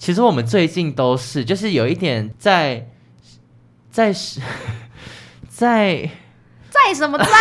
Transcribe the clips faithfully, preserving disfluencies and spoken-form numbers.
其实我们最近都是，就是有一点在在在在什么在？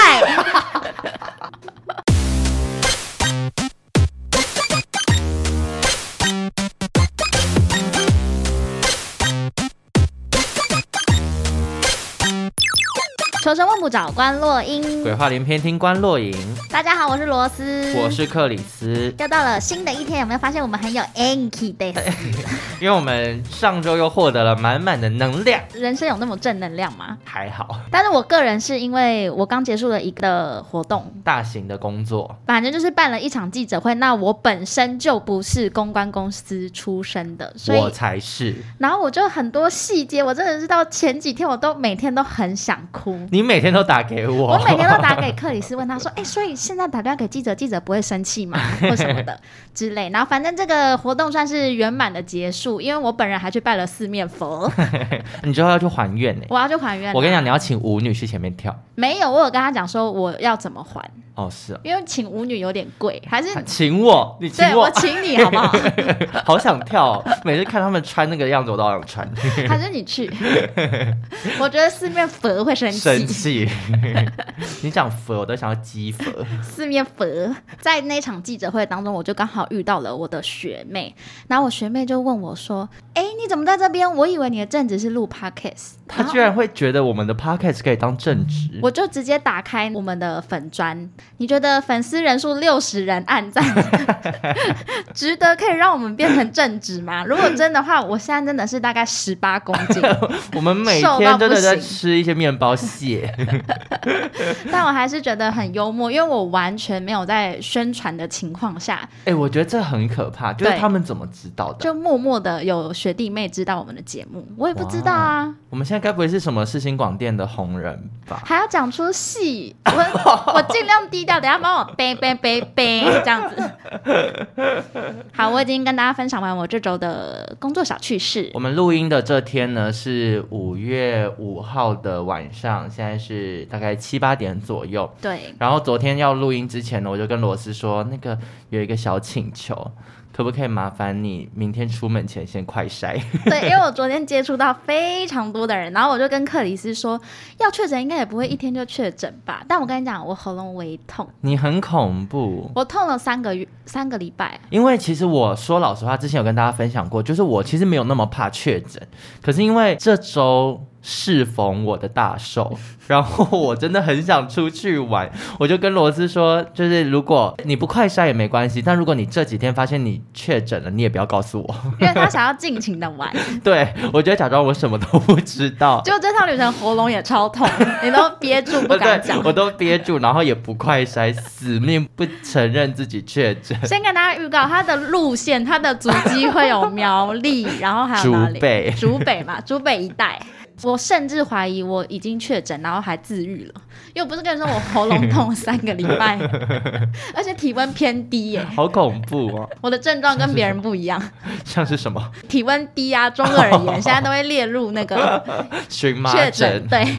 求神问卜找关洛英， 鬼话连篇听关洛影。 大家好，我是罗斯， 我是克里斯。 又到了新的一天，有没有发现我们很有 Anki Days？ 因为我们上周又获得了满满的能量。 人生有那么正能量吗？ 还好， 但是我个人是因为我刚结束了一个活动， 大型的工作， 反正就是办了一场记者会。那我本身就不是公关公司出身的，所以我才是。 然后我就很多细节，我真的是到前几天我都每天都很想哭。 你每天都打给我， 我每天都打给克里斯，问他说：“哎、欸，所以现在打电话给记者，记者不会生气吗？或什么的之类。”然后反正这个活动算是圆满的结束，因为我本人还去拜了四面佛。 你之后要去还愿呢？ 我要去还愿。 我跟你讲，你要请舞女去前面跳。 没有，我有跟他讲说我要怎么还。 哦，是、哦， 因为请舞女有点贵，还是请我，你请我， 对我请你好不好？ 好想跳、哦，每次看他们穿那个样子，我都好想穿。 还是你去？我觉得四面佛会生气。 生气。你讲佛，我都想要激佛。 四面佛，在那场记者会当中，我就刚好遇到了我的学妹，然后我学妹就问我说：“哎，你怎么在这边？我以为你的正职是录 podcast。” 她居然会觉得我们的 podcast 可以当正职， 我就直接打开我们的粉专。你觉得粉丝人数六十人按赞，值得可以让我们变成正职吗？如果真的话，我现在真的是大概十八公斤。 我们每天真的在吃一些面包屑。 但我还是觉得很幽默，因为我完全没有在宣传的情况下。 哎、欸，我觉得这很可怕，就是他们怎么知道的？ 就默默的有学弟妹知道我们的节目，我也不知道啊。 我们现在该不会是什么世新广电的红人吧？ 还要讲出戏，我我尽量低调，等一下帮我背背背背这样子。好，我已经跟大家分享完我这周的工作小趣事。 我们录音的这天呢是五月五号的晚上，现在是大概七八点左右。 对。 然后昨天要录音之前呢，我就跟罗斯说，那个有一个小请求。可不可以麻烦你明天出门前先快筛？ 对，因为我昨天接触到非常多的人，然后我就跟克里斯说，要确诊应该也不会一天就确诊吧。但我跟你讲，我喉咙微痛。你很恐怖。 我痛了三个月，三个礼拜。 因为其实我说老实话，之前有跟大家分享过，就是我其实没有那么怕确诊，可是因为这周适逢我的大寿，然后我真的很想出去玩，我就跟罗斯说，就是如果你不快筛也没关系，但如果你这几天发现你确诊了，你也不要告诉我， 因为他想要尽情的玩。 对，我就假装我什么都不知道。 就这趟旅程喉咙也超痛，你都憋住不敢讲。 我都憋住，然后也不快筛，死命不承认自己确诊。 先跟大家预告，他的路线，他的足迹会有苗栗，然后还有哪里？ 竹北， 竹北嘛，竹北一带。我甚至怀疑我已经确诊，然后还自愈了，因为我不是跟你说我喉咙痛三个礼拜，而且体温偏低耶， 好恐怖哦！我的症状跟别人不一样， 像是什么？ 体温低啊，中耳炎，现在都会列入那个荨麻疹。 对。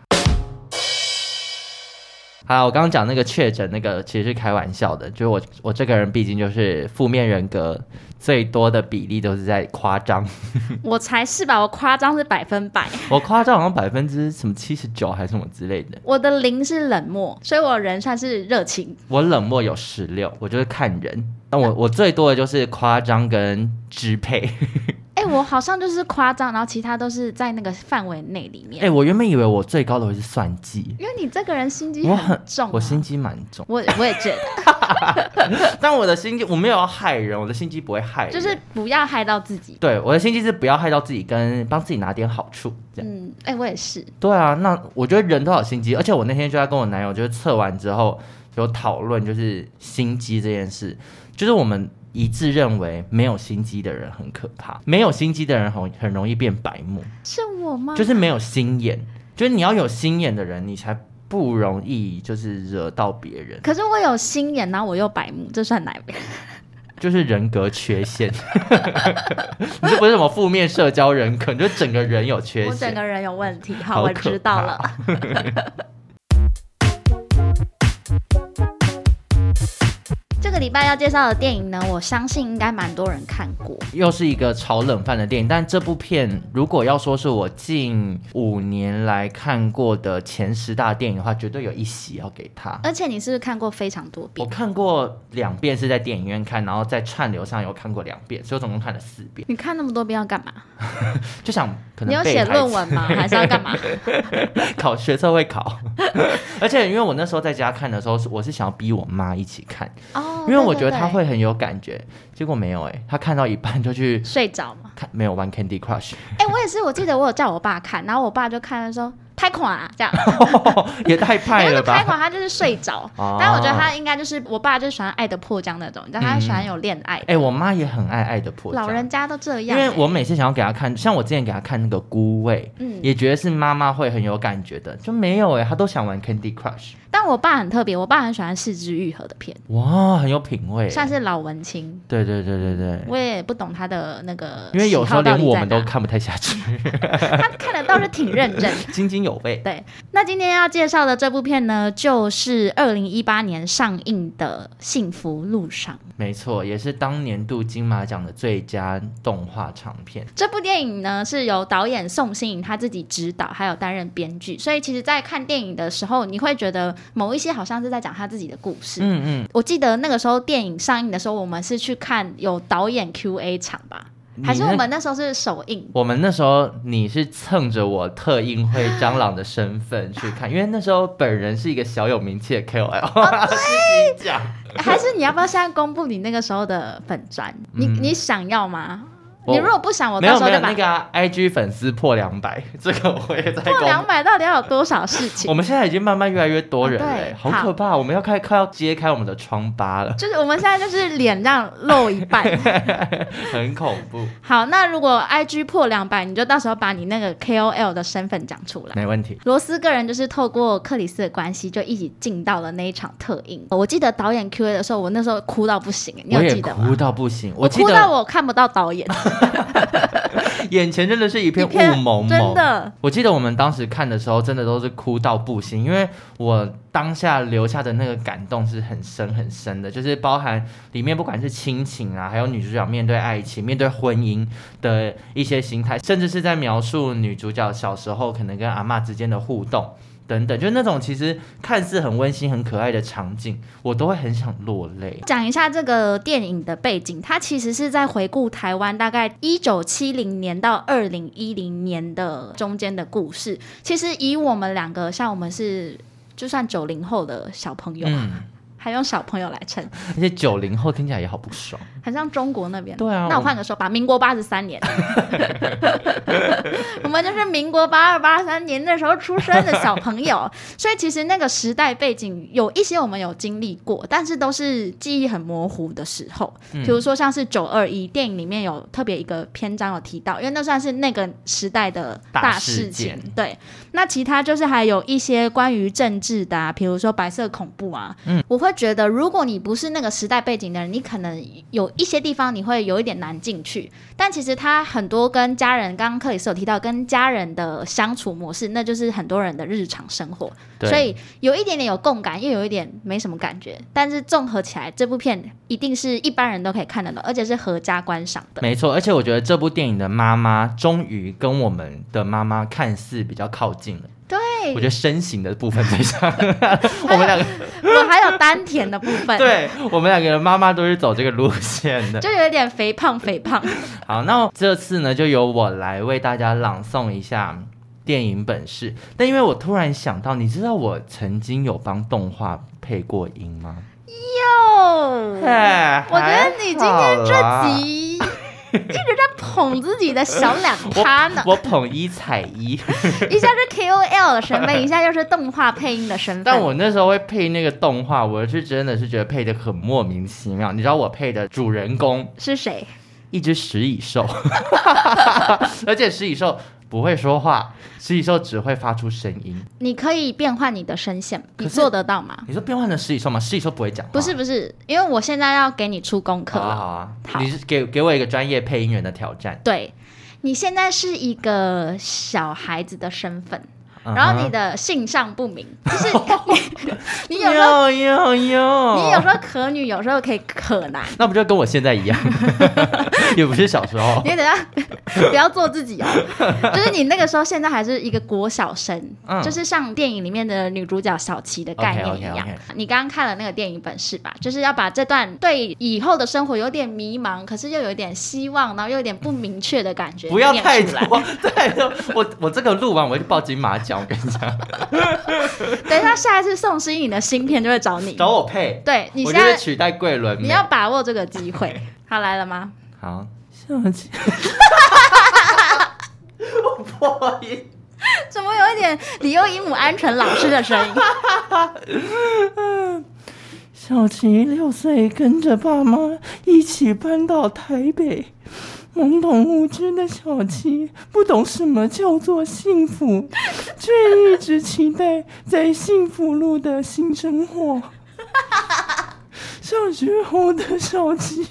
好，我刚刚讲那个确诊那个其实是开玩笑的，就是我我这个人毕竟就是负面人格最多的比例都是在夸张。 我才是吧，我夸张是百分百。 我夸张好像百分之什么七十九还是什么之类的。 我的零是冷漠，所以我人算是热情。 我冷漠有十六，我就是看人。但我我最多的就是夸张跟支配。 哎、欸，我好像就是夸张，然后其他都是在那个范围内里面。 哎、欸，我原本以为我最高的会是算计， 因为你这个人心机很重、啊我。我心机蛮重， 我我也觉得。 但我的心机我没有要害人，我的心机不会害人， 就是不要害到自己。 对，我的心机是不要害到自己，跟帮自己拿点好处。这样。 嗯，哎、欸，我也是。 对啊，那我觉得人都有心机，而且我那天就在跟我男友就是测完之后有讨论，就是心机这件事，就是我们。一致认为没有心机的人很可怕，没有心机的人很很容易变白目。 是我吗？ 就是没有心眼，就是你要有心眼的人，你才不容易就是惹到别人。 可是我有心眼，然后我又白目，这算哪边？ 就是人格缺陷。你这不是什么负面社交人格，你就整个人有缺陷。 我整个人有问题。好，我知道了。 礼拜要介绍的电影呢，我相信应该蛮多人看过， 又是一个炒冷饭的电影。但这部片如果要说是我近五年来看过的前十大电影的话，绝对有一席要给他。 而且你是不是看过非常多遍？ 我看过两遍，是在电影院看，然后在串流上有看过两遍，所以我总共看了四遍。 你看那么多遍要干嘛？ 就想可能你有写论文吗？还是要干嘛？ 考学测会考。而且因为我那时候在家看的时候，我是想要逼我妈一起看，哦，因为我觉得她会很有感觉。结果没有哎、欸，她看到一半就去睡着嘛， 看没有玩 Candy Crush。 哎、欸，我也是，我记得我有叫我爸看，然后我爸就看的时候。拍垮啊，这样、 哦、也太派了吧！ 拍垮他就是睡着，哦、但我觉得他应该就是我爸就是喜欢《爱的迫降》那种，你知道他喜欢有恋爱。哎、 嗯欸，我妈也很爱《爱的迫降》， 老人家都这样、 欸。因为我每次想要给他看，像我之前给他看那个《孤味》，嗯，也觉得是妈妈会很有感觉的，就没有哎、欸，他都想玩 Candy Crush。 但我爸很特别，我爸很喜欢四肢愈合的片， 哇，很有品味， 算是老文青。 对对对对对， 我也不懂他的那个， 因为有时候连我们都看不太下去。 他看的倒是挺认真， 津津有味。 对，那今天要介绍的这部片呢，就是二零一八年上映的《幸福路上》。 没错，也是当年度金马奖的最佳动画长片。 这部电影呢是由导演宋欣颖他自己指导，还有担任编剧，所以其实在看电影的时候，你会觉得某一些好像是在讲他自己的故事。嗯嗯，我记得那个时候电影上映的时候，我们是去看有导演 Q A 场吧。还是我们那时候是首映？ 我们那时候你是蹭着我特映会蟑螂的身份去看，因为那时候本人是一个小有名气的 K O L。哦、对， 还是你要不要现在公布你那个时候的粉专？你、嗯、你想要吗？你如果不想，我到时候就把没有没有那个、啊、I G 粉丝破两百，这个我也在破两百，到底要有多少事情？ 我们现在已经慢慢越来越多人了、欸， 啊、 好可怕！我们要开快要揭开我们的疮疤了， 就是我们现在就是脸这样露一半， 很恐怖。 好，那如果 I G 破两百，你就到时候把你那个 K O L 的身份讲出来， 没问题。 罗斯个人就是透过克里斯的关系，就一起进到了那一场特映。我记得导演 Q A 的时候，我那时候哭到不行，你有记得吗？ 我也哭到不行， 我哭到我看不到导演。 眼前真的是一片雾蒙蒙， 真的。 我记得我们当时看的时候，真的都是哭到不行，因为我当下留下的那个感动是很深很深的，就是包含里面不管是亲情啊，还有女主角面对爱情、面对婚姻的一些心态，甚至是在描述女主角小时候可能跟阿嬷之间的互动。等等，就那种其实看似很温馨很可爱的场景，我都会很想落泪。 讲一下这个电影的背景，它其实是在回顾台湾大概一九七零年到二零一零年的中间的故事。其实以我们两个，像我们是就算九零后的小朋友、嗯还用小朋友来称， 而且九零后听起来也好不爽， 很像中国那边。 对啊， 那我换个说法，民国八十三年，我们就是民国八二八三年那时候出生的小朋友，所以其实那个时代背景有一些我们有经历过，但是都是记忆很模糊的时候。比如说像是九二一，电影里面有特别一个篇章有提到，因为那算是那个时代的大事情。对，那其他就是还有一些关于政治的啊，比如说白色恐怖啊，嗯，我会觉得如果你不是那个时代背景的人，你可能有一些地方你会有一点难进去，但其实他很多跟家人，刚刚克里斯有提到跟家人的相处模式，那就是很多人的日常生活，所以有一点点有共感，又有一点没什么感觉，但是综合起来这部片一定是一般人都可以看得懂，而且是合家观赏的。 没错，而且我觉得这部电影的妈妈终于跟我们的妈妈看似比较靠近了。 对， 我觉得身形的部分最像我们两个我还有丹田的部分对，我们两个的妈妈都是走这个路线的， 就有点肥胖肥胖。 好，那这次呢就由我来为大家朗诵一下电影本事。但因为我突然想到，你知道我曾经有帮动画配过音吗？ 有，我觉得你今天这集一直在捧自己的小两趴呢。 我, 我捧一踩一， 一下是 K O L 的身份，一下又是动画配音的身份。 但我那时候会配那个动画，我是真的是觉得配的很莫名其妙。你知道我配的主人公是谁？ 一只食蚁兽，而且食蚁兽不会说话，食蚁兽只会发出声音。 你可以变换你的声线，你做得到吗？ 你说变换成食蚁兽吗？食蚁兽不会讲话。 不是不是，因为我现在要给你出功课了。 好啊好啊，好，你是给给我一个专业配音员的挑战。 对，你现在是一个小孩子的身份， 然后你的性向不明，就是你你有时候有有有， 你有时候可女，有时候可以可男， 那不就跟我现在一样？也不是小时候。 你等一下不要做自己哦，就是你那个时候现在还是一个国小生，嗯、就是像电影里面的女主角小琪的概念一样。Okay, okay, okay. 你刚刚看了那个电影本事吧，就是要把这段对以后的生活有点迷茫，可是又有一点希望，然后又有点不明确的感觉， 不要太多。对，我我这个录完我就报金马奖，我跟你讲。 等一下，下一次宋诗颖的新片就会找你， 找我配。 对，你现在我就会取代桂纶镁， 你要把握这个机会。好，来了吗？ 好，小琪。我不好意思， 怎么有一点李幼鹦鹉安纯老师的声音？ 小琪六岁，跟着爸妈一起搬到台北。懵懂无知的小琪不懂什么叫做幸福，却一直期待在幸福路的新生活。上学后的小琪，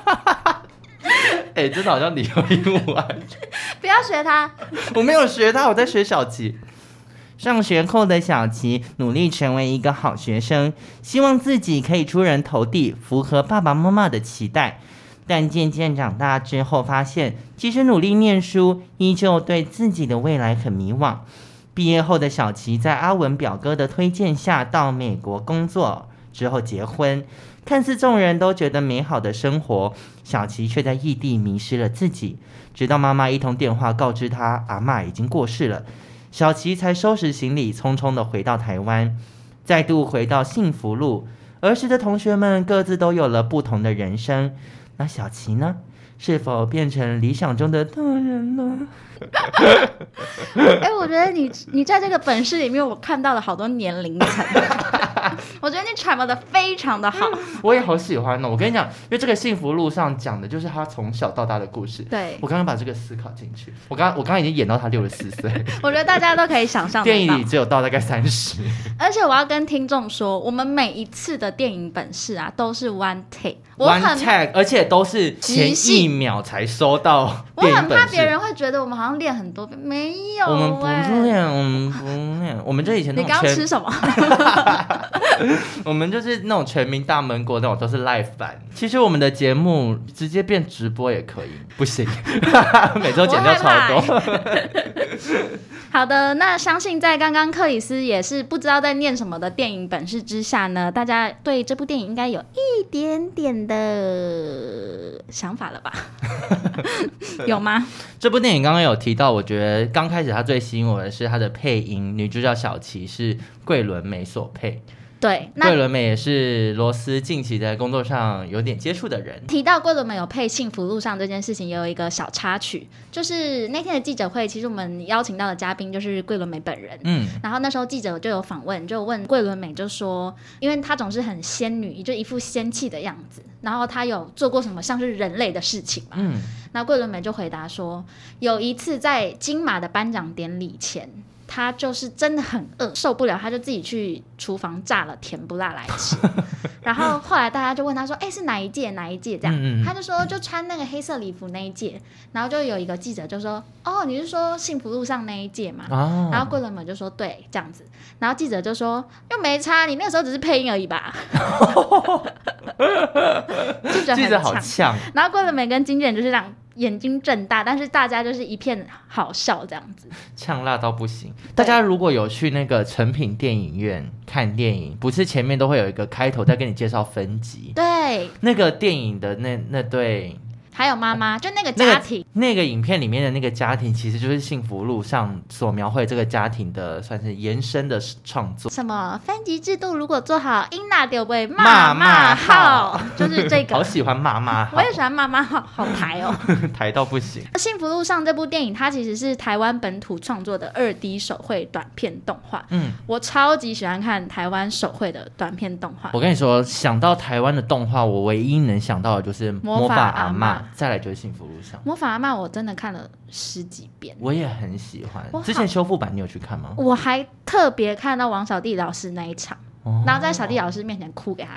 哎、欸，真的好像李幼鹦鹉啊！ 不要学他， 我没有学他，我在学小琪。上学后的小琪努力成为一个好学生，希望自己可以出人头地，符合爸爸妈妈的期待。但渐渐长大之后，发现即使努力念书，依旧对自己的未来很迷惘。毕业后的小琪在阿文表哥的推荐下到美国工作，之后结婚。看似众人都觉得美好的生活，小琪却在异地迷失了自己。直到妈妈一通电话告知她阿嬷已经过世了，小琪才收拾行李，匆匆的回到台湾，再度回到幸福路。儿时的同学们各自都有了不同的人生，那小琪呢？是否变成理想中的大人了？ 哎、欸，我觉得你你在这个本事里面，我看到了好多年龄层。我觉得你揣摩的非常的好， 我也好喜欢哦。我跟你讲，因为这个幸福路上讲的就是他从小到大的故事。 对， 我刚刚把这个思考进去。我刚我刚刚已经演到他六十四岁， 我觉得大家都可以想象得到。 电影里只有到大概三十。 而且我要跟听众说，我们每一次的电影本事啊，都是 one take。 One tag， 而且都是前一秒才收到电影本事。 我很怕别人会觉得我们好像练很多遍，没有、欸。 我们不练，我们不练，我们就以前那种。 你刚刚吃什么？ 我们就是那种全民大闷锅那种，都是 live 版。其实我们的节目直接变直播也可以，不行，每周剪掉超多。 好的，那相信在刚刚克里斯也是不知道在念什么的电影本事之下呢，大家对这部电影应该有一点点的想法了吧？有吗？ 这部电影刚刚有提到，我觉得刚开始它最吸引我的是它的配音，女主角小琪是桂纶镁所配。 对， 桂纶镁也是罗斯近期在工作上有点接触的人。 提到桂纶镁有配《幸福路上》这件事情，也有一个小插曲，就是那天的记者会，其实我们邀请到的嘉宾就是桂纶镁本人。嗯，然后那时候记者就有访问，就问桂纶镁，就说，因为她总是很仙女，就一副仙气的样子，然后她有做过什么像是人类的事情嘛？嗯，那桂纶镁就回答说，有一次在金马的颁奖典礼前。他就是真的很饿，受不了，他就自己去厨房炸了甜不辣来吃。然后后来大家就问他说：“哎、欸，是哪一届？哪一届？”这样，嗯嗯他就说就穿那个黑色礼服那一届。然后就有一个记者就说：“哦，你是说幸福路上那一届吗？”哦、然后桂纶镁就说：“对，这样子。”然后记者就说：“又没差，你那个时候只是配音而已吧？”记者记者好呛。 然后桂纶镁跟经纪人就是这样。眼睛睁大，但是大家就是一片好笑这样子， 呛辣到不行。大家如果有去那个诚品电影院看电影，不是前面都会有一个开头在跟你介绍分级？ 对， 那个电影的那那对。 还有妈妈，就那个家庭、 那个，那个影片里面的那个家庭，其实就是幸福路上所描绘这个家庭的，算是延伸的创作。 什么分级制度如果做好，英娜就会骂骂号，就是这个。 好喜欢骂骂号， 我也喜欢骂骂号，好台哦， 台到不行。 幸福路上这部电影，它其实是台湾本土创作的二 D 手绘短片动画。嗯，我超级喜欢看台湾手绘的短片动画。 我跟你说，想到台湾的动画，我唯一能想到的就是魔法阿嬷。再来就是幸福路上， 魔法阿嬷我真的看了十几遍， 我也很喜欢。之前修复版你有去看吗？ 我还特别看到王小弟老师那一场，哦、然后在小弟老师面前哭给他看。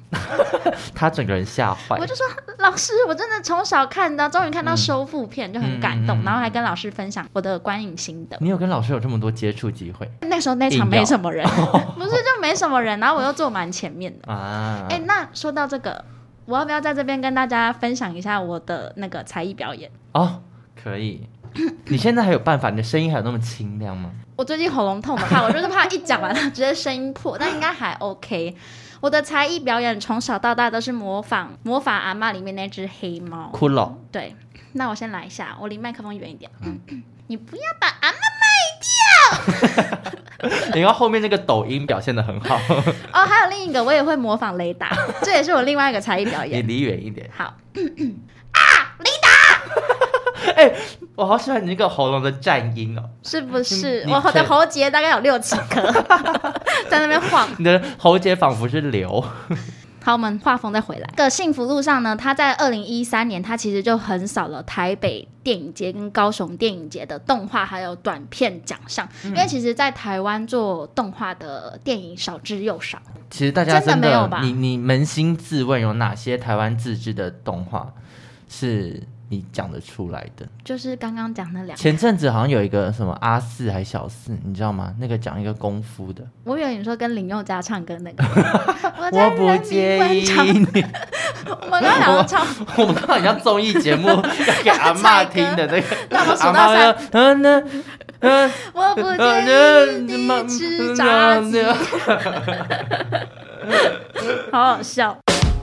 他整个人吓坏。 我就说老师，我真的从小看到，终于看到修复片，嗯、就很感动、嗯嗯嗯，然后还跟老师分享我的观影心得。 你有跟老师有这么多接触机会？ 那时候那场没什么人，不是就没什么人，然后我又坐蛮前面的啊。哎，那说到这个，我要不要在这边跟大家分享一下我的那个才艺表演？ 哦，可以。你现在还有办法？你的声音还有那么清亮吗？ 我最近喉咙痛的怕，我就是怕一讲完了直接声音破，但应该还 OK。我的才艺表演从小到大都是模仿《魔法阿嬷》里面那只黑猫骷髅。 对，那我先来一下，我离麦克风远一点。嗯、你不要把阿嬷卖掉。 你看后面那个抖音表现得很好。 哦，还有另一个，我也会模仿雷达，这也是我另外一个才艺表演。 你离远一点。 好。啊，雷达！ 哎、欸，我好喜欢你那个喉咙的颤音哦， 是不是？我的喉结大概有六七颗，在那边晃。 你的喉结仿佛是流。 好，我们画风再回来。这个幸福路上呢，它在二零一三年，它其实就横扫了台北电影节跟高雄电影节的动画还有短片奖项、嗯。因为其实，在台湾做动画的电影少之又少。 其实大家真的， 真的没有吧？ 你你扪心自问，有哪些台湾自制的动画是你讲得出来的？ 就是刚刚讲那两个。 前阵子好像有一个什么阿四还小四，你知道吗？那个讲一个功夫的。 我以为你说跟林宥嘉唱歌那个。 我不介意你。 我们刚刚两个唱， 我们刚刚像综艺节目要给阿嬷听的那个。 那我们数到三。嗯嗯嗯。我不介意你吃炸鸡。好好笑。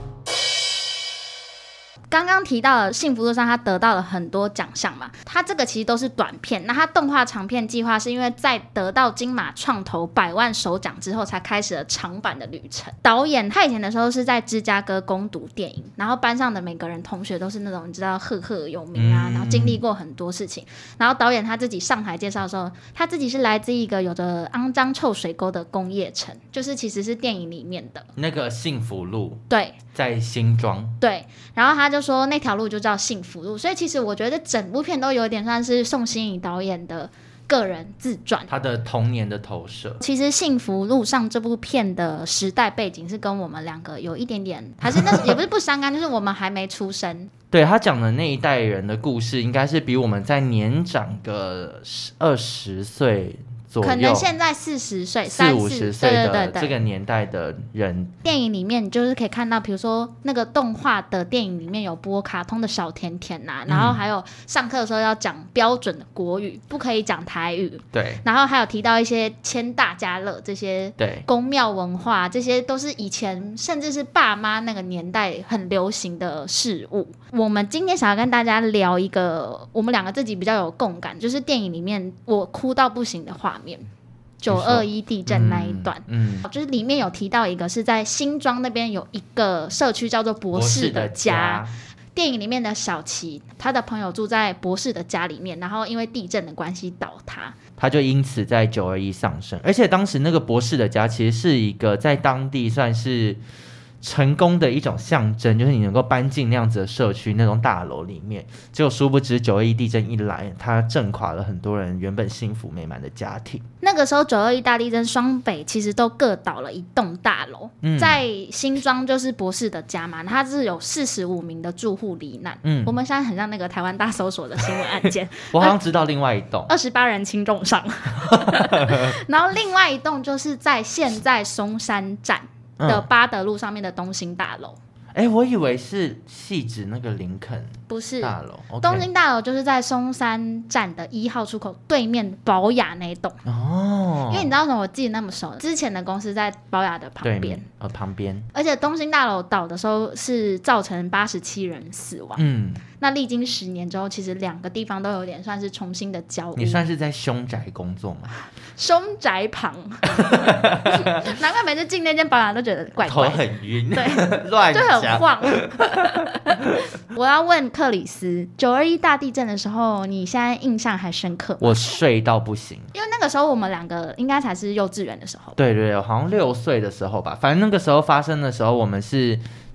刚刚提到了幸福路上，他得到了很多奖项嘛，他这个其实都是短片，那他动画长片计划是因为在得到金马创投百万首奖之后才开始了长版的旅程。导演他以前的时候是在芝加哥攻读电影，然后班上的每个人同学都是那种你知道赫赫有名啊，然后经历过很多事情。然后导演他自己上台介绍的时候，他自己是来自一个有着肮脏臭水沟的工业城，就是其实是电影里面的那个幸福路， 对， 在新庄， 对，然后他就说那条路就叫幸福路，所以其实我觉得整部片都有点算是宋欣颖导演的个人自传， 他的童年的投射。 其实幸福路上这部片的时代背景是跟我们两个有一点点，还是那也不是不相干，就是我们还没出生。 对，他讲的那一代人的故事，应该是比我们再年长个二十岁。 可能现在四十岁、 四五十岁的这个年代的人， 电影里面你就是可以看到，比如说那个动画的电影里面有播卡通的小甜甜啊，然后还有上课的时候要讲标准的国语，不可以讲台语。 对， 然后还有提到一些签大家乐这些，对，宫庙文化，这些都是以前甚至是爸妈那个年代很流行的事物。我们今天想要跟大家聊一个我们两个自己比较有共感，就是电影里面我哭到不行的画面。九二一地震那一段、嗯嗯、就是里面有提到一个是在新庄那边有一个社区叫做博士的 家, 的家电影里面的小琪他的朋友住在博士的家里面，然后因为地震的关系倒塌， 他就因此在九二一上升。而且当时那个博士的家其实是一个在当地算是成功的一种象征，就是你能够搬进那样子的社区那种大楼里面，结果殊不知九二一地震一来，它震垮了很多人原本幸福美满的家庭。 那个时候九二一大地震，双北其实都各倒了一栋大楼、嗯、在新庄就是博士的家嘛，它是有四十五名的住户罹难、嗯、我们现在很像那个台湾大搜索的新闻案件我好像知道另外一栋二十八人轻重伤然后另外一栋就是在现在松山站的八德路上面的东兴大楼。 哎、欸，我以为是细指那个林肯， 不是大楼。Okay、 东兴大楼就是在松山站的一号出口对面宝雅那一栋。哦，因为你知道为什么我记得那么熟？之前的公司在宝雅的旁边， 呃，旁边。 而且东兴大楼倒的时候是造成八十七人死亡。嗯，那历经十年之后，其实两个地方都有点算是重新的交屋。 你算是在凶宅工作吗？ 凶宅旁，难怪每次进那间宝雅都觉得怪怪的， 头很晕， 对， 乱就很晃。我要问克里斯，九二一大地震的时候，你现在印象还深刻吗？ 我睡到不行， 因为那个时候我们两个应该才是幼稚园的时候。 对对对，好像六岁的时候吧，反正那个时候发生的时候，我们是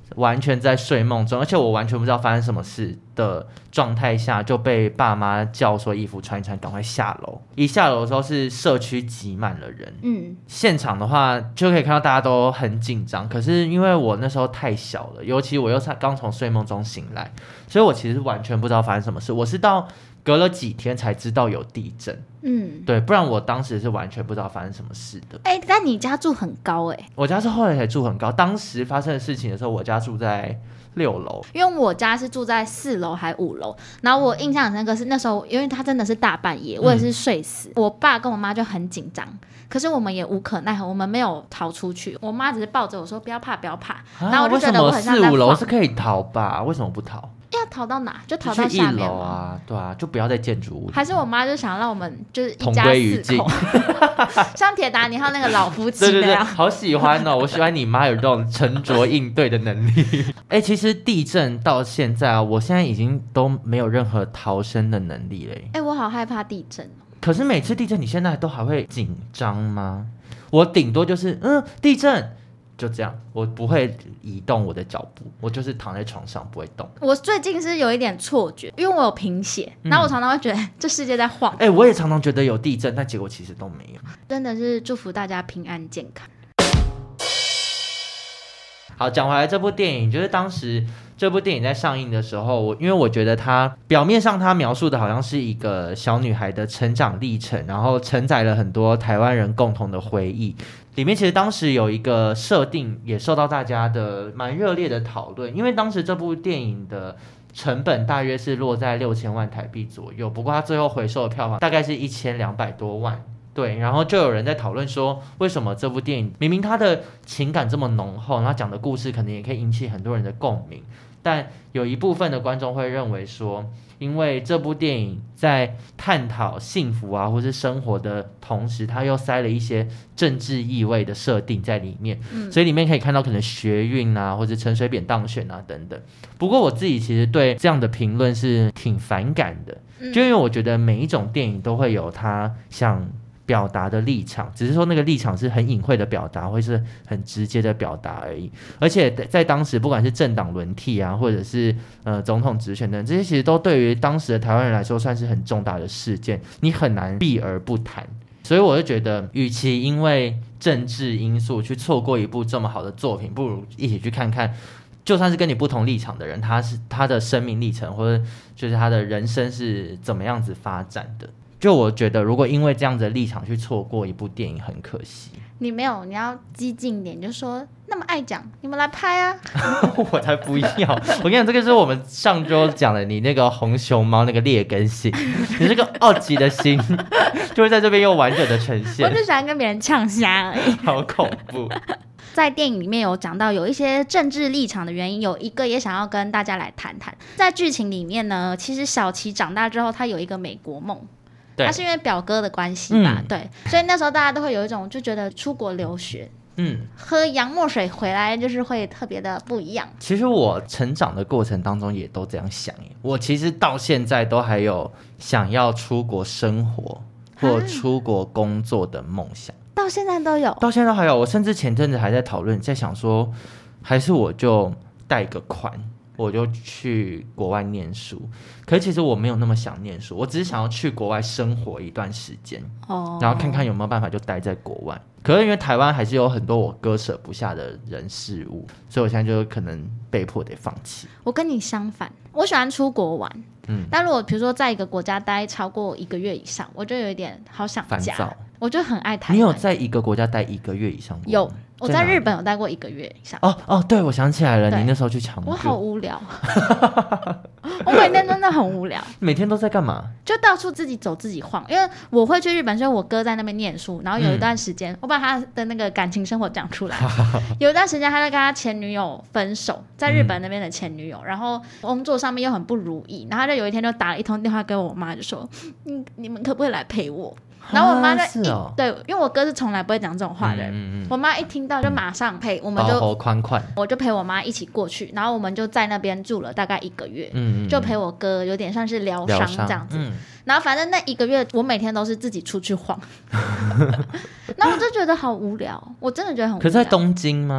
完全在睡梦中，而且我完全不知道发生什么事的状态下，就被爸妈叫说衣服穿一穿，赶快下楼。一下楼的时候是社区挤满了人，嗯，现场的话就可以看到大家都很紧张。可是因为我那时候太小了，尤其我又刚从睡梦中醒来，所以我其实完全不知道发生什么事。我是到隔了几天才知道有地震，嗯，对，不然我当时是完全不知道发生什么事的。 哎、欸，但你家住很高哎、欸， 我家是后来才住很高。当时发生的事情的时候，我家住在六楼， 因为我家是住在四楼还五楼。然后我印象很深刻是那时候，因为他真的是大半夜，我也是睡死，嗯、我爸跟我妈就很紧张。可是我们也无可奈何，我们没有逃出去。我妈只是抱着我说不要怕，不要怕。啊、然后我就觉得我很像在四五楼是可以逃吧？为什么不逃？ 要逃到哪？就逃到下面就去一楼啊，对啊，就不要在建筑物。 还是我妈就想让我们就是一家四口，像铁达尼号那个老夫妻那样。 对对对，好喜欢哦！我喜欢你妈有这种沉着应对的能力。哎、欸，其实地震到现在啊，我现在已经都没有任何逃生的能力了。哎、 欸，我好害怕地震哦。 可是每次地震，你现在都还会紧张吗？我顶多就是嗯，地震。就这样，我不会移动我的脚步，我就是躺在床上不会动。 我最近是有一点错觉，因为我有贫血，嗯、然后我常常会觉得这世界在晃。 哎、欸，我也常常觉得有地震，但结果其实都没有。 真的是祝福大家平安健康。 好，讲回来这部电影，就是当时这部电影在上映的时候，我因为我觉得它表面上它描述的好像是一个小女孩的成长历程，然后承载了很多台湾人共同的回忆。里面其实当时有一个设定也受到大家的蛮热烈的讨论，因为当时这部电影的成本大约是落在六千万台币左右，不过它最后回收的票房大概是一千两百多万。对，然后就有人在讨论说，为什么这部电影明明它的情感这么浓厚，然后讲的故事可能也可以引起很多人的共鸣，但有一部分的观众会认为说，因为这部电影在探讨幸福啊或是生活的同时，它又塞了一些政治意味的设定在里面，嗯、所以里面可以看到可能学运啊或者陈水扁当选啊等等。不过我自己其实对这样的评论是挺反感的，就因为我觉得每一种电影都会有它想表达的立场，只是说那个立场是很隐晦的表达，或是很直接的表达而已。而且在当时，不管是政党轮替啊，或者是呃总统直选等，这些其实都对于当时的台湾人来说算是很重大的事件，你很难避而不谈。所以我就觉得，与其因为政治因素去错过一部这么好的作品，不如一起去看看。就算是跟你不同立场的人，他是他的生命历程，或者就是他的人生是怎么样子发展的。就我觉得，如果因为这样子的立场去错过一部电影，很可惜。 你没有，你要激进一点，就说那么爱讲，你们来拍啊！ 我才不要！我跟你讲，这个是我们上周讲的，你那个红熊猫那个劣根性，你这个傲极的心，就会在这边又完整的呈现。 我就喜欢跟别人呛虾而已， 好恐怖。 在电影里面有讲到有一些政治立场的原因，有一个也想要跟大家来谈谈。在剧情里面呢，其实小琪长大之后，他有一个美国梦。他是因为表哥的关系吧、嗯，对，所以那时候大家都会有一种就觉得出国留学，嗯，喝洋墨水回来就是会特别的不一样。 其实我成长的过程当中也都这样想耶，我其实到现在都还有想要出国生活或出国工作的梦想， 到现在都有， 到现在还有。我甚至前阵子还在讨论，在想说，还是我就贷个款。我就去国外念书，可是其实我没有那么想念书，我只是想要去国外生活一段时间，哦，然后看看有没有办法就待在国外。可是因为台湾还是有很多我割舍不下的人事物，所以我现在就可能被迫得放弃。 我跟你相反，我喜欢出国玩，嗯，但如果比如说在一个国家待超过一个月以上，我就有一点好想家，烦躁。我就很爱台湾。 你有在一个国家待一个月以上过？ 有，我在日本有待过一个月以上。 哦哦，对，我想起来了，你那时候去长谷。我好无聊，我每天真的很无聊。 每天都在干嘛？ 就到处自己走自己晃，因为我会去日本，所以我哥在那边念书，然后有一段时间、嗯、我把他的那个感情生活讲出来有一段时间他在跟他前女友分手，在日本那边的前女友、嗯、然后工作上面又很不如意，然后他就有一天就打了一通电话给我妈，就说嗯，你们可不可以来陪我？然后我妈就一、哦、对，因为我哥是从来不会讲这种话的人、嗯嗯、我妈一听到就马上陪、嗯、我们就宽宽我就陪我妈一起过去，然后我们就在那边住了大概一个月、嗯嗯、就陪我哥有点算是疗伤这样子、嗯、然后反正那一个月我每天都是自己出去晃然后我就觉得好无聊，我真的觉得很无聊。 可是在东京吗？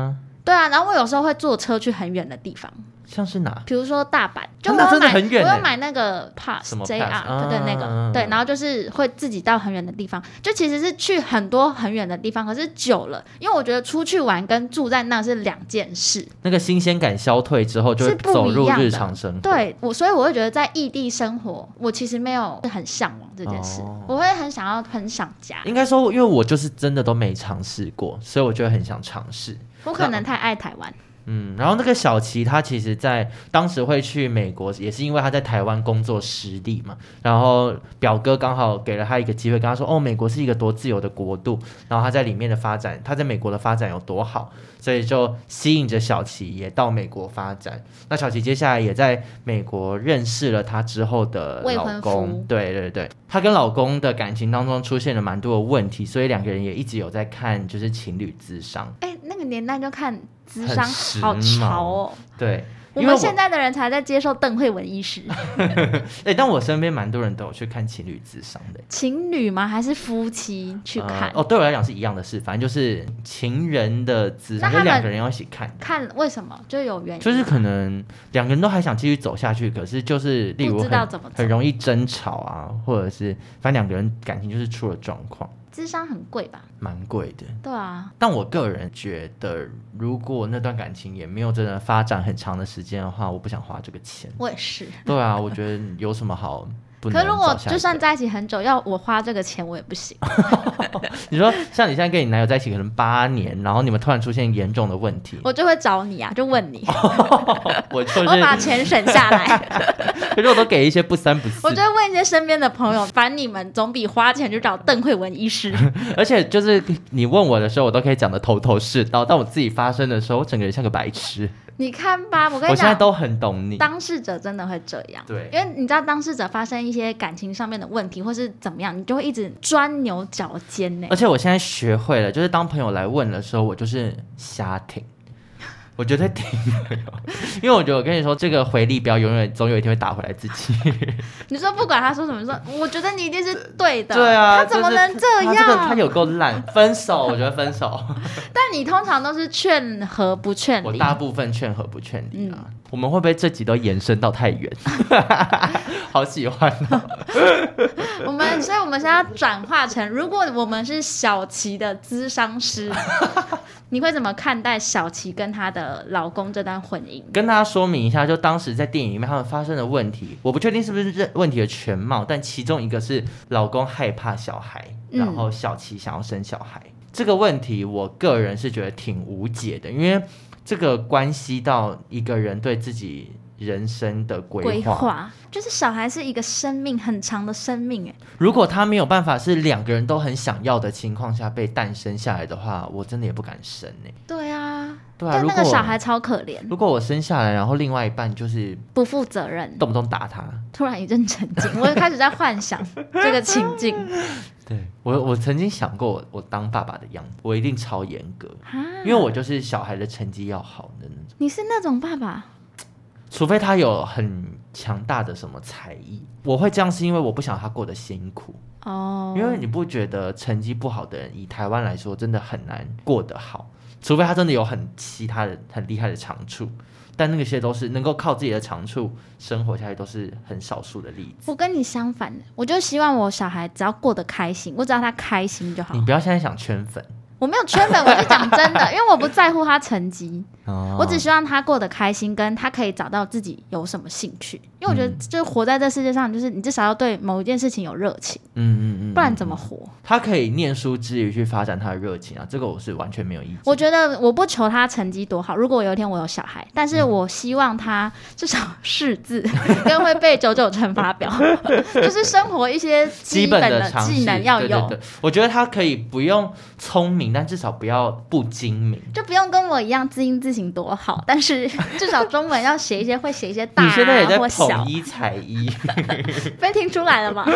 对啊，然后我有时候会坐车去很远的地方， 像是哪？ 比如说大阪，就啊那我有买， 真的很远欸我有买那个 pass 什么 J R， pass？ 对对，那个、 啊对，然后就是会自己到很远的地方，就其实是去很多很远的地方，可是久了，因为我觉得出去玩跟住在那是两件事， 那个新鲜感消退之后，就会是不走入一样的日常生活。 对我，所以我会觉得在异地生活，我其实没有很向往这件事， 哦我会很想要很想家， 应该说，因为我就是真的都没尝试过，所以我就会很想尝试。 我可能太爱台湾。 嗯，然后那个小琪他其实在当时会去美国，也是因为他在台湾工作实力嘛。然后表哥刚好给了他一个机会，跟他说：“哦，美国是一个多自由的国度，然后他在里面的发展，他在美国的发展有多好，所以就吸引着小琪也到美国发展。那小琪接下来也在美国认识了他之后的未婚老公夫， 对对对，她跟老公的感情当中出现了蛮多的问题，所以两个人也一直有在看就是情侣咨商。 哎、那个年代就看咨商很时髦好潮哦。 对， 我因为们现在的人才在接受邓慧文医师。 哎、但我身边蛮多人都有去看情侣咨商的。 情侣吗？还是夫妻去看？ 呃、哦，对我来讲是一样的事，反正就是情人的咨商，就那他们两个人要一起看。 看为什么？就有原因， 就是可能两个人都还想继续走下去，可是就是例如不知道很怎么走很容易争吵啊，或者是反正两个人感情就是出了状况， 咨商很贵吧？ 蛮贵的。 对啊， 但我个人觉得，如果那段感情也没有真的发展很长的时间的话，我不想花这个钱。 我也是。 对啊，我觉得有什么好不能可是如果找下一个就算在一起很久，要我花这个钱，我也不行。 你说像你现在跟你男友在一起可能八年，然后你们突然出现严重的问题， 我就会找你啊，就问你， 我就是我把钱省下来。 可是我都给一些不三不四， 我就会问一些身边的朋友，烦你们总比花钱去找邓慧文医师。 而且就是你问我的时候，我都可以讲得头头是道，但我自己发生的时候，我整个人像个白痴。 你看吧，我跟你讲， 我现在都很懂你。 当事者真的会这样， 对， 因为你知道当事者发生一些感情上面的问题，或是怎么样，你就会一直钻牛角尖呢。 而且我现在学会了，就是当朋友来问的时候，我就是瞎听。我觉得挺的，因为我觉得我跟你说，这个回力镖永远总有一天会打回来自己。 你说不管他说什么，说我觉得你一定是对的。 对啊， 他怎么能这样？ 他这个他有够烂，分手，我觉得分手。 但你通常都是劝和不劝离。 我大部分劝和不劝离啊。 嗯、 我们会不会这集都延伸到太远？好喜欢哦。 我们，所以我们现在要转化成，如果我们是小琪的咨商师。你会怎么看待小琪跟她的老公这段婚姻？ 跟大家说明一下，就当时在电影里面他们发生的问题，我不确定是不是问题的全貌，但其中一个是老公害怕小孩，然后小琪想要生小孩。嗯、这个问题，我个人是觉得挺无解的，因为这个关系到一个人对自己人生的规划， 就是小孩是一个生命很长的生命哎。 如果他没有办法是两个人都很想要的情况下被诞生下来的话，我真的也不敢生哎。 对啊， 对啊， 但那个小孩超可怜。 如果我生下来，然后另外一半就是不负责任， 动不动打他， 突然一阵沉静，我开始在幻想这个情境。 对我，我曾经想过我，我当爸爸的样子，我一定超严格，因为我就是小孩的成绩要好的那种。 你是那种爸爸？ 除非他有很强大的什么才艺，我会这样是因为我不想他过得辛苦哦。 因为你不觉得成绩不好的人，以台湾来说，真的很难过得好，除非他真的有很其他的很厉害的长处。但那些都是能够靠自己的长处生活下来，都是很少数的例子。 我跟你相反，我就希望我小孩只要过得开心，我只要他开心就好。 你不要现在想圈粉。 我没有圈粉，我是讲真的，因为我不在乎他成绩， 哦、 我只希望他过得开心，跟他可以找到自己有什么兴趣。因为我觉得，就活在这世界上，就是你至少要对某一件事情有热情， 嗯嗯嗯， 不然怎么活？ 他可以念书之余去发展他的热情啊，这个我是完全没有意见。 我觉得我不求他成绩多好，如果有一天我有小孩，但是我希望他至少识字跟会背九九乘法表，就是生活一些基本的技能要有。 对对对，我觉得他可以不用聪明，但至少不要不精明， 就不用跟我一样字音字形多好，但是至少中文要写一些会写一些大、啊、 你现在也在或小统一才艺， 被听出来了吗？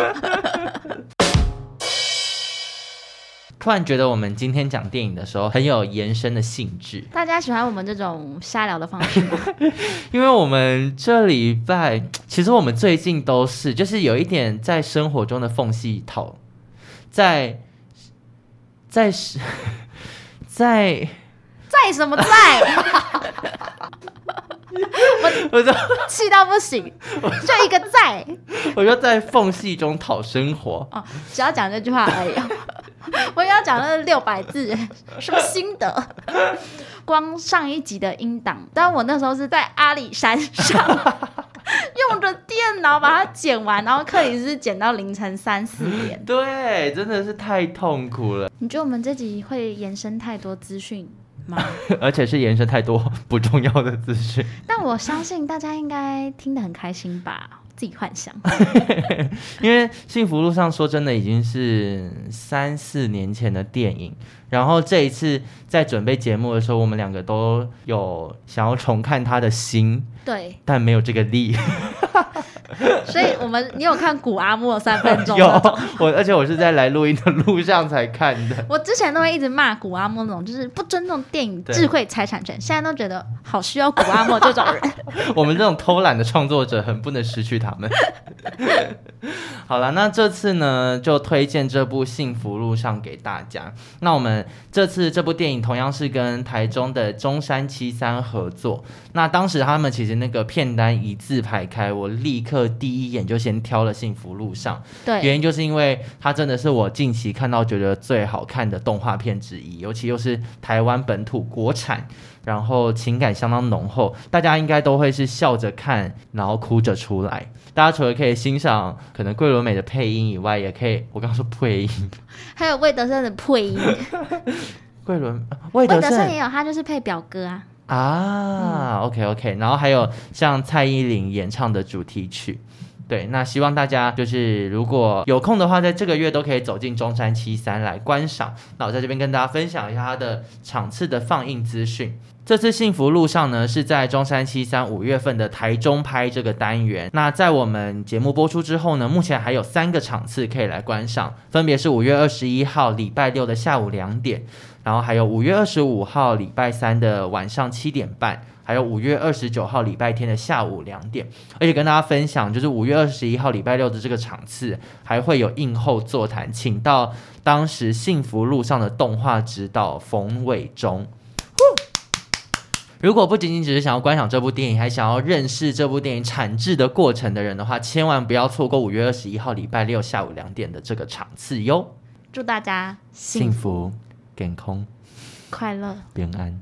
突然觉得我们今天讲电影的时候很有延伸的兴致。 大家喜欢我们这种瞎聊的方式吗？ 因为我们这礼拜，其实我们最近都是，就是有一点在生活中的缝隙讨，在在在。 在在什么在？ 我就气到不行，就一个在， 我就在缝隙中讨生活。 哦，只要讲这句话而已。我也要讲那六百字，什么心得？光上一集的音档，但我那时候是在阿里山上用着电脑把它剪完，然后克里斯剪到凌晨三四点。 对，真的是太痛苦了。 你觉得我们这集会延伸太多资讯吗？ 而且是延伸太多不重要的资讯。 但我相信大家应该听得很开心吧，自己幻想。 因为幸福路上说真的已经是三四年前的电影，然后这一次在准备节目的时候，我们两个都有想要重看他的心， 对， 但没有这个力。 所以我们你有看古阿莫三分钟？ 有，我而且我是在来录音的路上才看的。 我之前都会一直骂古阿莫那种就是不尊重电影智慧财产权，现在都觉得好需要古阿莫这种人。 我们这种偷懒的创作者很不能失去他们。好了，那这次呢就推荐这部《幸福路上》给大家。那我们这次这部电影同样是跟台中的中山七三合作。那当时他们其实那个片单一字排开，我立刻第一眼就先挑了《幸福路上》。 对， 原因就是因为它真的是我近期看到觉得最好看的动画片之一，尤其又是台湾本土国产，然后情感相当浓厚，大家应该都会是笑着看，然后哭着出来。大家除了可以欣赏可能桂纶镁的配音以外，也可以，我刚刚说配音， 还有魏德胜的配音。 桂纶魏德胜也有，他就是配表哥啊。 啊、嗯、，OK OK， 然后还有像蔡依林演唱的主题曲。对，那希望大家就是如果有空的话，在这个月都可以走进中山七三来观赏。那我在这边跟大家分享一下它的场次的放映资讯。这次幸福路上呢，是在中山七三五月份的台中拍这个单元。那在我们节目播出之后呢，目前还有三个场次可以来观赏，分别是五月二十一号礼拜六的下午两点，然后还有五月二十五号礼拜三的晚上七点半。还有五月二十九号礼拜天的下午两点，而且跟大家分享，就是五月二十一号礼拜六的这个场次，还会有映后座谈，请到当时幸福路上的动画指导冯伟忠。如果不仅仅只是想要观赏这部电影，还想要认识这部电影产制的过程的人的话，千万不要错过五月二十一号礼拜六下午两点的这个场次哟。 祝大家幸福、健康、 快乐、 平安。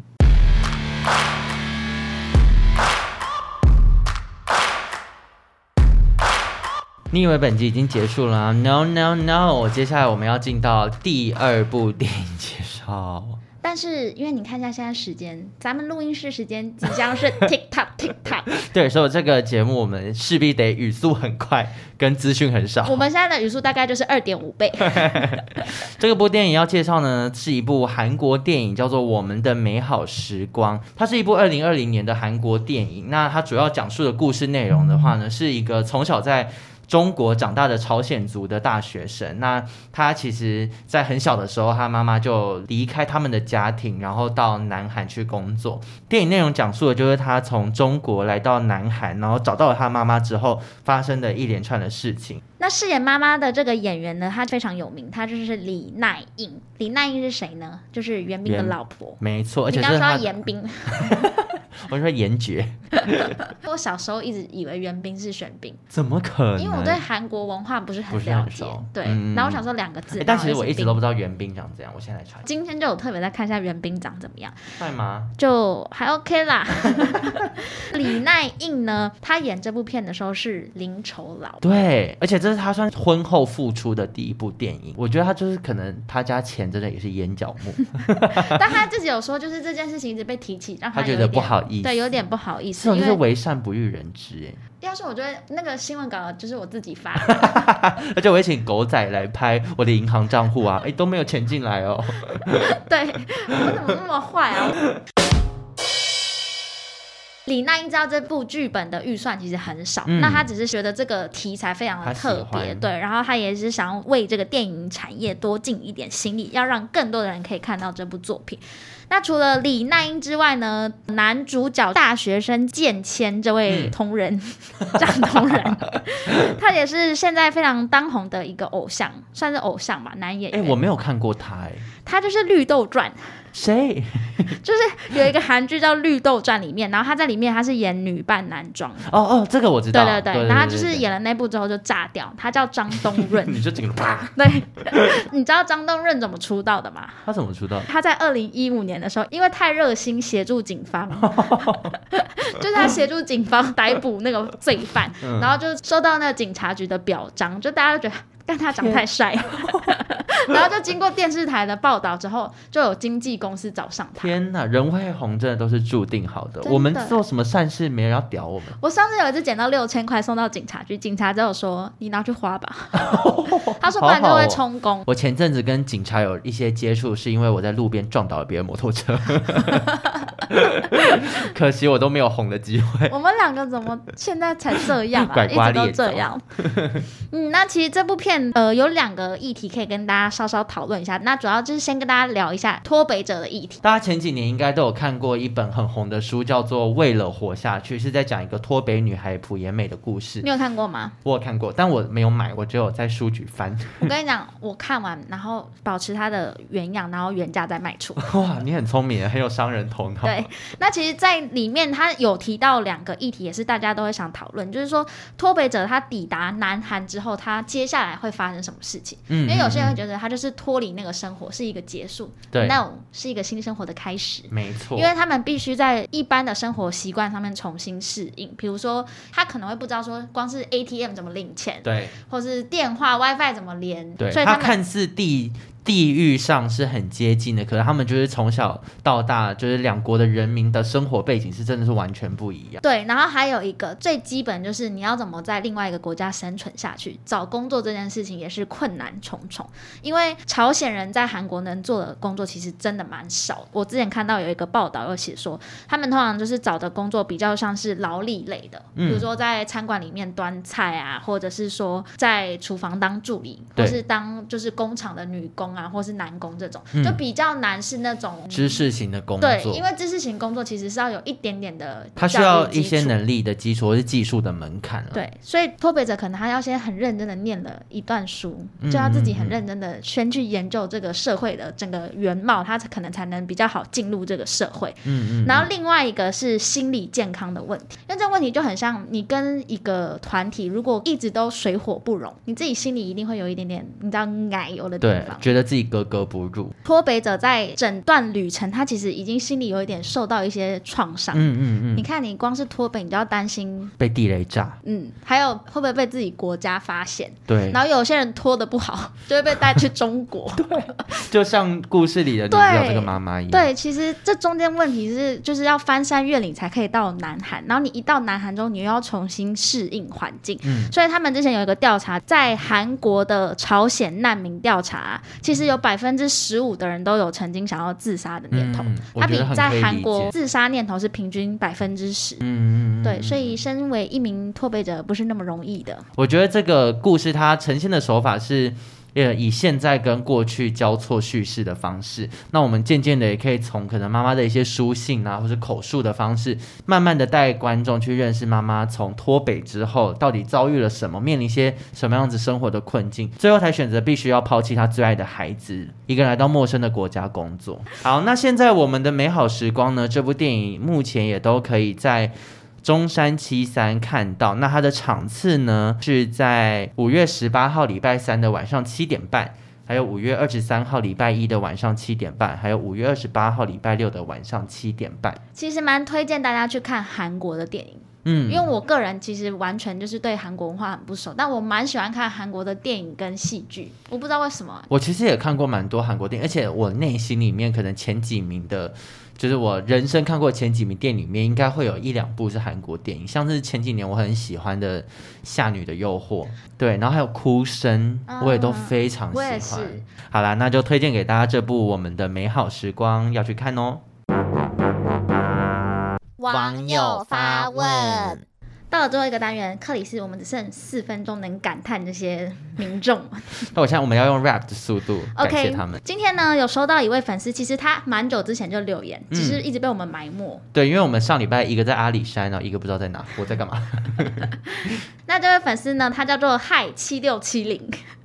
你以为本集已经结束了啊 ？No No No！ 接下来我们要进到第二部电影介绍。 但是因为你看一下现在时间，咱们录音室时间即将是 tick tock tick tock。 对，所以这个节目我们势必得语速很快，跟资讯很少。 我们现在的语速大概就是二点五倍。 这个部电影要介绍呢，是一部韩国电影，叫做《我们的美好时光》。它是一部二零二零年的韩国电影。那它主要讲述的故事内容的话呢，是一个从小在中国长大的朝鲜族的大学生。那他其实在很小的时候，他妈妈就离开他们的家庭，然后到南韩去工作。电影内容讲述的就是他从中国来到南韩，然后找到了他妈妈之后发生的一连串的事情。 那饰演妈妈的这个演员呢，她非常有名，她就是李奈应。李奈应是谁呢？就是袁彬的老婆。 没错，而且是你刚刚说严彬。 我说严爵。 我小时候一直以为袁彬是玄彬， 怎么可能？ 因为我对韩国文化不是很了解。对、嗯，然后我想说两个字、欸， 但其实我一直都不知道袁彬长这样。我现在来查， 今天就有特别再看一下袁彬长怎么样。 帅吗？ 就还 OK 啦。李奈应呢，他演这部片的时候是林酬劳， 对，而且这是他算婚后复出的第一部电影。我觉得他就是可能他家钱真的也是眼角木。 但他自己有说，就是这件事情一直被提起，让他他觉得不好意思， 对，有点不好意思。 这种就是为善不欲人知哎。 要是我觉得那个新闻稿就是我自己发的。 而且我也请狗仔来拍我的银行账户啊，哎都没有钱进来哦。 对，我怎么那么坏啊？李奈应知道这部剧本的预算其实很少、嗯、那他只是觉得这个题材非常的特别，对，然后他也是想要为这个电影产业多尽一点心力，要让更多的人可以看到这部作品。那除了李奈英之外呢，男主角大学生建谦这位同仁，张、嗯、同仁他也是现在非常当红的一个偶像，算是偶像吧，男演员。 哎，我没有看过他哎。 他就是绿豆传。 谁？ 就是有一个韩剧叫《绿豆传》里面，然后他在里面他是演女扮男装。 哦哦，这个我知道。 对对 对, 对, 对, 对, 对, 对，然后他就是演了那部之后就炸掉，他叫张东润。 你就整个啪。 对，你知道张东润怎么出道的吗？ 他怎么出道？ 他在二零一五年的时候，因为太热心协助警方，就是他协助警方逮捕那个罪犯，嗯、然后就收到那个警察局的表彰，就大家都觉得。但他长太帅了，然后就经过电视台的报道之后，就有经纪公司找上他。 天哪，人会红真的都是注定好的。我们做什么善事，没人要屌我们。 我上次有一次捡到六千块送到警察局，警察只有说你拿去花吧，他说不然就会充公。好好哦、 我前阵子跟警察有一些接触，是因为我在路边撞倒了别人摩托车。可惜我都没有红的机会。 我们两个怎么现在才这样啊？ 拐瓜裂枣一直都这样。嗯，那其实这部片呃有两个议题可以跟大家稍稍讨论一下。那主要就是先跟大家聊一下脱北者的议题。 大家前几年应该都有看过一本很红的书，叫做《为了活下去》，是在讲一个脱北女孩朴妍美的故事。 你有看过吗？ 我有看过，但我没有买，我只有在书局翻。 我跟你讲，我看完然后保持它的原样，然后原价再卖出。 哇，你很聪明，很有商人头脑。 对，那其实在里面他有提到两个议题，也是大家都会想讨论，就是说脱北者他抵达南韩之后，他接下来会发生什么事情。嗯，因为有些人会觉得他就是脱离那个生活是一个结束，对 ，no 是一个新生活的开始。 没错， 因为他们必须在一般的生活习惯上面重新适应，比如说他可能会不知道说光是 A T M 怎么领钱， 对， 或是电话 WiFi 怎么连， 对， 所以他他看似地地域上是很接近的，可是他们就是从小到大，就是两国的人民的生活背景是真的是完全不一样。 对，然后还有一个最基本就是你要怎么在另外一个国家生存下去，找工作这件事情也是困难重重，因为朝鲜人在韩国能做的工作其实真的蛮少。我之前看到有一个报道有写说，他们通常就是找的工作比较像是劳力类的，嗯、比如说在餐馆里面端菜啊，或者是说在厨房当助理，或是当就是工厂的女工啊，或是男工这种，嗯、就比较难是那种知识型的工作。 对，因为知识型工作其实是要有一点点的， 它需要一些能力的基础或是技术的门槛。 对，所以脱北者可能他要先很认真的念了一段书，嗯、就要自己很认真的先去研究这个社会的整个原貌，他可能才能比较好进入这个社会。嗯嗯。然后另外一个是心理健康的问题，因为这个问题就很像你跟一个团体如果一直都水火不容，你自己心里一定会有一点点你知道奶油的地方， 对，觉得自己格格不入。 脱北者在整段旅程他其实已经心里有一点受到一些创伤。嗯嗯嗯。你看你光是脱北你就要担心被地雷炸， 嗯，还有会不会被自己国家发现， 对， 然后有些人脱得不好就会被带去中国。 对，就像故事里的女主角这个妈妈一样。 对，其实这中间问题是就是要翻山越岭才可以到南韩，然后你一到南韩之后你又要重新适应环境。嗯，所以他们之前有一个调查，在韩国的朝鲜难民调查，其实有百分之十五的人都有曾经想要自杀的念头。嗯，它比在韩国自杀念头是平均百分之十。嗯嗯，对，所以身为一名脱北者不是那么容易的。 我觉得这个故事它呈现的手法是以现在跟过去交错叙事的方式，那我们渐渐的也可以从可能妈妈的一些书信啊，或是口述的方式，慢慢的带观众去认识妈妈从脱北之后到底遭遇了什么，面临一些什么样子生活的困境，最后才选择必须要抛弃她最爱的孩子，一个人来到陌生的国家工作。好，那现在我们的美好时光呢，这部电影目前也都可以在中山七三看到，那它的场次呢是在五月十八号礼拜三的晚上七点半，还有五月二十三号礼拜一的晚上七点半，还有五月二十八号礼拜六的晚上七点半。 其实蛮推荐大家去看韩国的电影。嗯，因为我个人其实完全就是对韩国文化很不熟，但我蛮喜欢看韩国的电影跟戏剧，我不知道为什么。 我其实也看过蛮多韩国电影，而且我内心里面可能前几名的，就是我人生看过前几名电影里面，应该会有一两部是韩国电影，像是前几年我很喜欢的《夏女的诱惑》，对，然后还有《哭声》，嗯，我也都非常喜欢。我也是。好啦，那就推荐给大家这部我们的美好时光，要去看哦。 网友发问，到了最后一个单元，克里斯，我们只剩四分钟能感叹这些民众。 那我现在我们要用 rap 的速度感谢他们。 Okay, 今天呢，有收到一位粉丝，其实他蛮久之前就留言，只是一直被我们埋没。嗯， 对，因为我们上礼拜一个在阿里山，然后一个不知道在哪，我在干嘛。 那这位粉丝呢，他叫做嗨七六七零。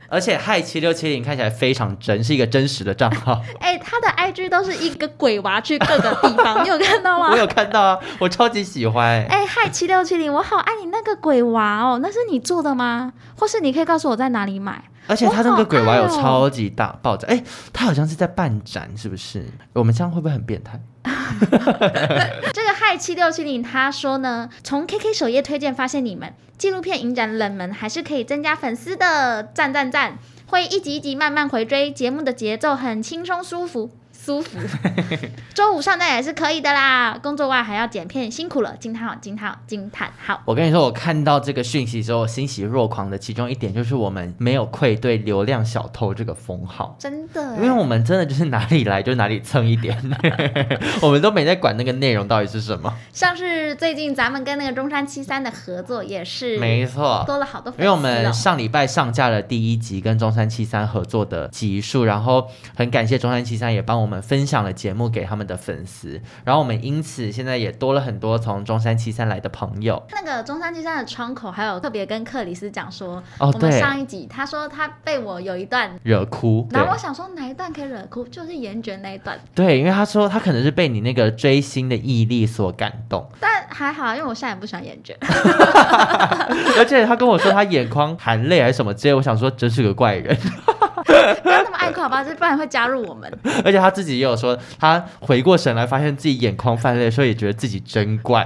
而且嗨七六七零看起来非常真，是一个真实的账号。 哎、欸，他的 I G 都是一个鬼娃去各个地方，你有看到吗？ 我有看到啊，我超级喜欢。 哎、欸，嗨七六七零，我好爱你那个鬼娃哦，那是你做的吗？或是你可以告诉我在哪里买？ 而且他那个鬼娃有超级大爆炸，哎、欸，他好像是在办展，是不是？我们这样会不会很变态？ 这个嗨七六七零他说呢，从 K K 首页推荐发现你们纪录片影展冷门，还是可以增加粉丝的，赞赞赞！会一集一集慢慢回追，节目的节奏很轻松舒服。舒服，周五上架也是可以的啦。工作外还要剪片，辛苦了！惊叹号惊叹号惊叹号！ 我跟你说，我看到这个讯息之后，欣喜若狂的其中一点就是我们没有愧对流量小偷这个封号， 真的， 因为我们真的就是哪里来就哪里蹭一点，我们都没在管那个内容到底是什么。 像是最近咱们跟那个中山七三的合作也是， 没错， 多了好多粉丝、哦。 因为我们上礼拜上架了第一集跟中山七三合作的集数，然后很感谢中山七三也帮我们分享了节目给他们的粉丝，然后我们因此现在也多了很多从中山七三来的朋友。 那个中山七三的窗口还有特别跟克里斯讲说， 哦， 我们上一集他说他被我有一段惹哭， 然后我想说哪一段可以惹哭，就是严爵那一段。 对，因为他说他可能是被你那个追星的毅力所感动， 但还好，因为我现在也不喜欢严爵。 而且他跟我说他眼眶含泪还是什么之类，我想说真是个怪人。 不要那么爱哭好吧，不然会加入我们。 而且他自己也有说，他回过神来发现自己眼眶泛泪的时候，也觉得自己真怪，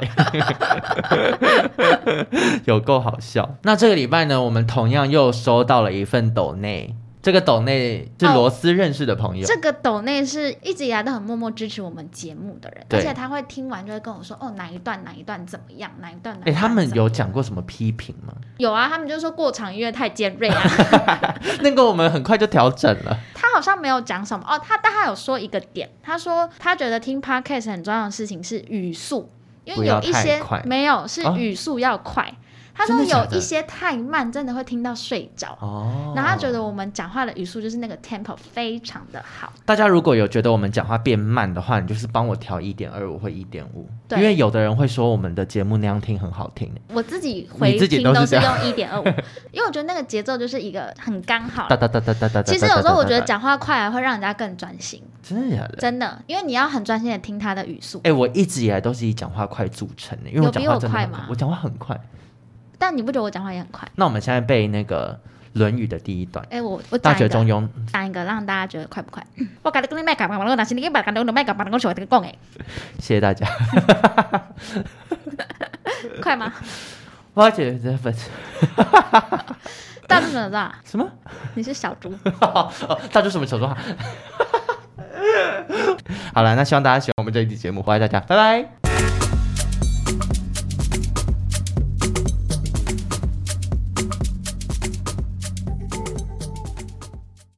有够好笑。那这个礼拜呢，我们同样又收到了一份抖内。这个抖内是罗斯认识的朋友、 哦、这个抖内是一直以来都很默默支持我们节目的人，而且他会听完就会跟我说，哦，哪一段哪一段怎么样，哪一段哪一段怎么样。 他们有讲过什么批评吗？ 有啊，他们就说过场音乐太尖锐啊。 那个我们很快就调整了。 他好像没有讲什么哦，他但他有说一个点，他说他觉得听 podcast 很重要的事情是语速，因为有一些没有是语速要快、哦，他说有一些太慢真的会听到睡着、哦、然后他觉得我们讲话的语速就是那个 tempo 非常的好。 大家如果有觉得我们讲话变慢的话，你就是帮我调 一点二五 或 一点五， 因为有的人会说我们的节目那样听很好听。 我自己回听都是用 一点二五， 因为我觉得那个节奏就是一个很刚好。其实有时候我觉得讲话快会让人家更专心。 真的假的？ 真的，因为你要很专心的听他的语速。 哎、欸，我一直以来都是以讲话快著称的，因为我讲话真的很快吗？我讲话很快。但你不觉得我讲话也很快？ 那我们现在背那个《论语》的第一段。 哎、欸，我我大学中庸讲一个让大家觉得快不快？我跟你讲，你麦克，我讲，但是你把讲，你麦克，把讲，我跟你讲哎。 谢谢大家。 快吗？ 我觉得粉。 大猪怎么着？ 什么？ 你是小猪？ 哦，大猪什么小猪？好了，那希望大家喜欢我们这一期节目，欢迎大家，拜拜。